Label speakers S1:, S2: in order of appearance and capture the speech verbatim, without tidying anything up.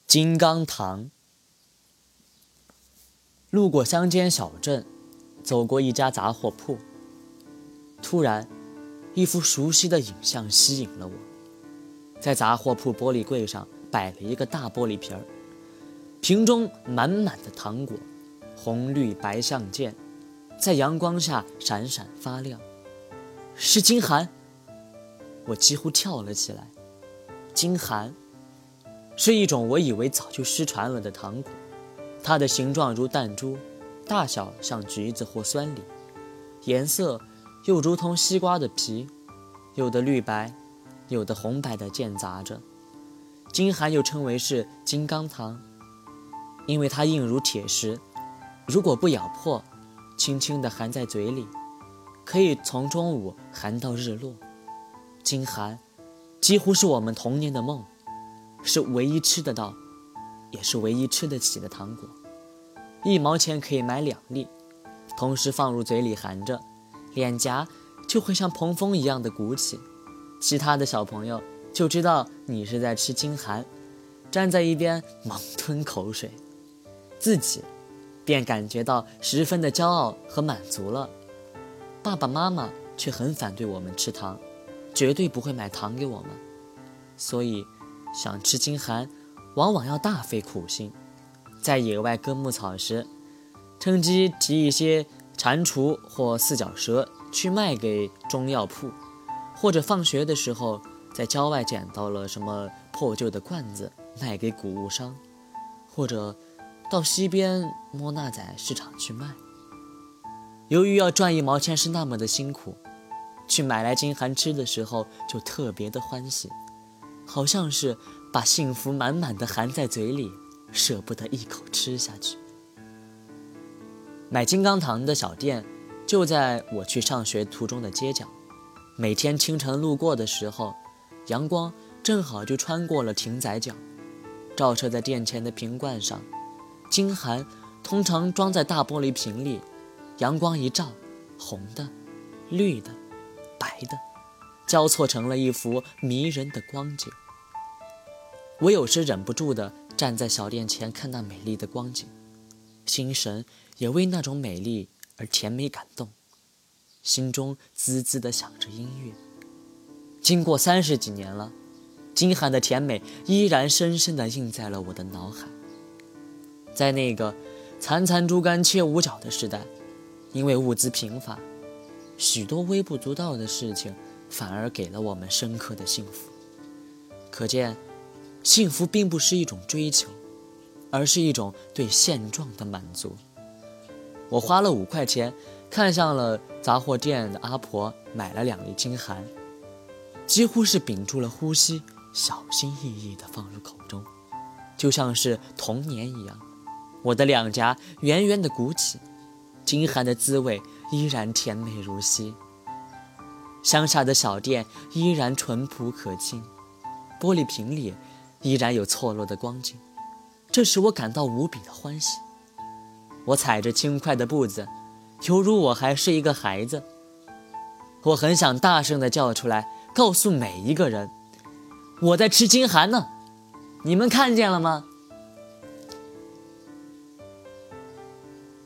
S1: 金刚糖。路过乡间小镇，走过一家杂货铺，突然一幅熟悉的影像吸引了我。在杂货铺玻璃柜上摆了一个大玻璃瓶儿，瓶中满满的糖果，红绿白相间，在阳光下闪闪发亮。是金菡！我几乎跳了起来。金菡是一种我以为早就失传了的糖果，它的形状如弹珠，大小像橘子或酸梨，颜色又如同西瓜的皮，有的绿白，有的红白的间杂着。金菡又称为是金刚糖，因为它硬如铁石，如果不咬破，轻轻地含在嘴里，可以从中午含到日落。金菡几乎是我们童年的梦，是唯一吃得到，也是唯一吃得起的糖果。一毛钱可以买两粒，同时放入嘴里含着，脸颊就会像蓬风一样的鼓起。其他的小朋友就知道你是在吃金菡，站在一边猛吞口水，自己便感觉到十分的骄傲和满足了。爸爸妈妈却很反对我们吃糖，绝对不会买糖给我们，所以想吃金菡往往要大费苦心。在野外割牧草时，趁机提一些蟾蜍或四脚蛇去卖给中药铺，或者放学的时候在郊外捡到了什么破旧的罐子卖给谷物商，或者到西边摸纳仔市场去卖。由于要赚一毛钱是那么的辛苦，去买来金菡吃的时候就特别的欢喜，好像是把幸福满满的含在嘴里，舍不得一口吃下去。买金刚糖的小店就在我去上学途中的街角，每天清晨路过的时候，阳光正好就穿过了亭仔角，照射在店前的瓶罐上。金菡通常装在大玻璃瓶里，阳光一照，红的、绿的、白的，交错成了一幅迷人的光景。我有时忍不住地站在小店前看那美丽的光景，心神也为那种美丽而甜美感动，心中滋滋地响着音乐。经过三十几年了，金菡的甜美依然深深地印在了我的脑海。在那个残残猪肝切五角的时代，因为物资贫乏，许多微不足道的事情反而给了我们深刻的幸福。可见幸福并不是一种追求，而是一种对现状的满足。我花了五块钱看上了杂货店的阿婆，买了两粒金菡，几乎是屏住了呼吸，小心翼翼地放入口中，就像是童年一样。我的两颊圆圆地鼓起，金菡的滋味依然甜美如昔。乡下的小店依然淳朴可亲，玻璃瓶里依然有错落的光景，这使我感到无比的欢喜。我踩着轻快的步子，犹如我还是一个孩子。我很想大声地叫出来，告诉每一个人，我在吃金菡呢，你们看见了吗？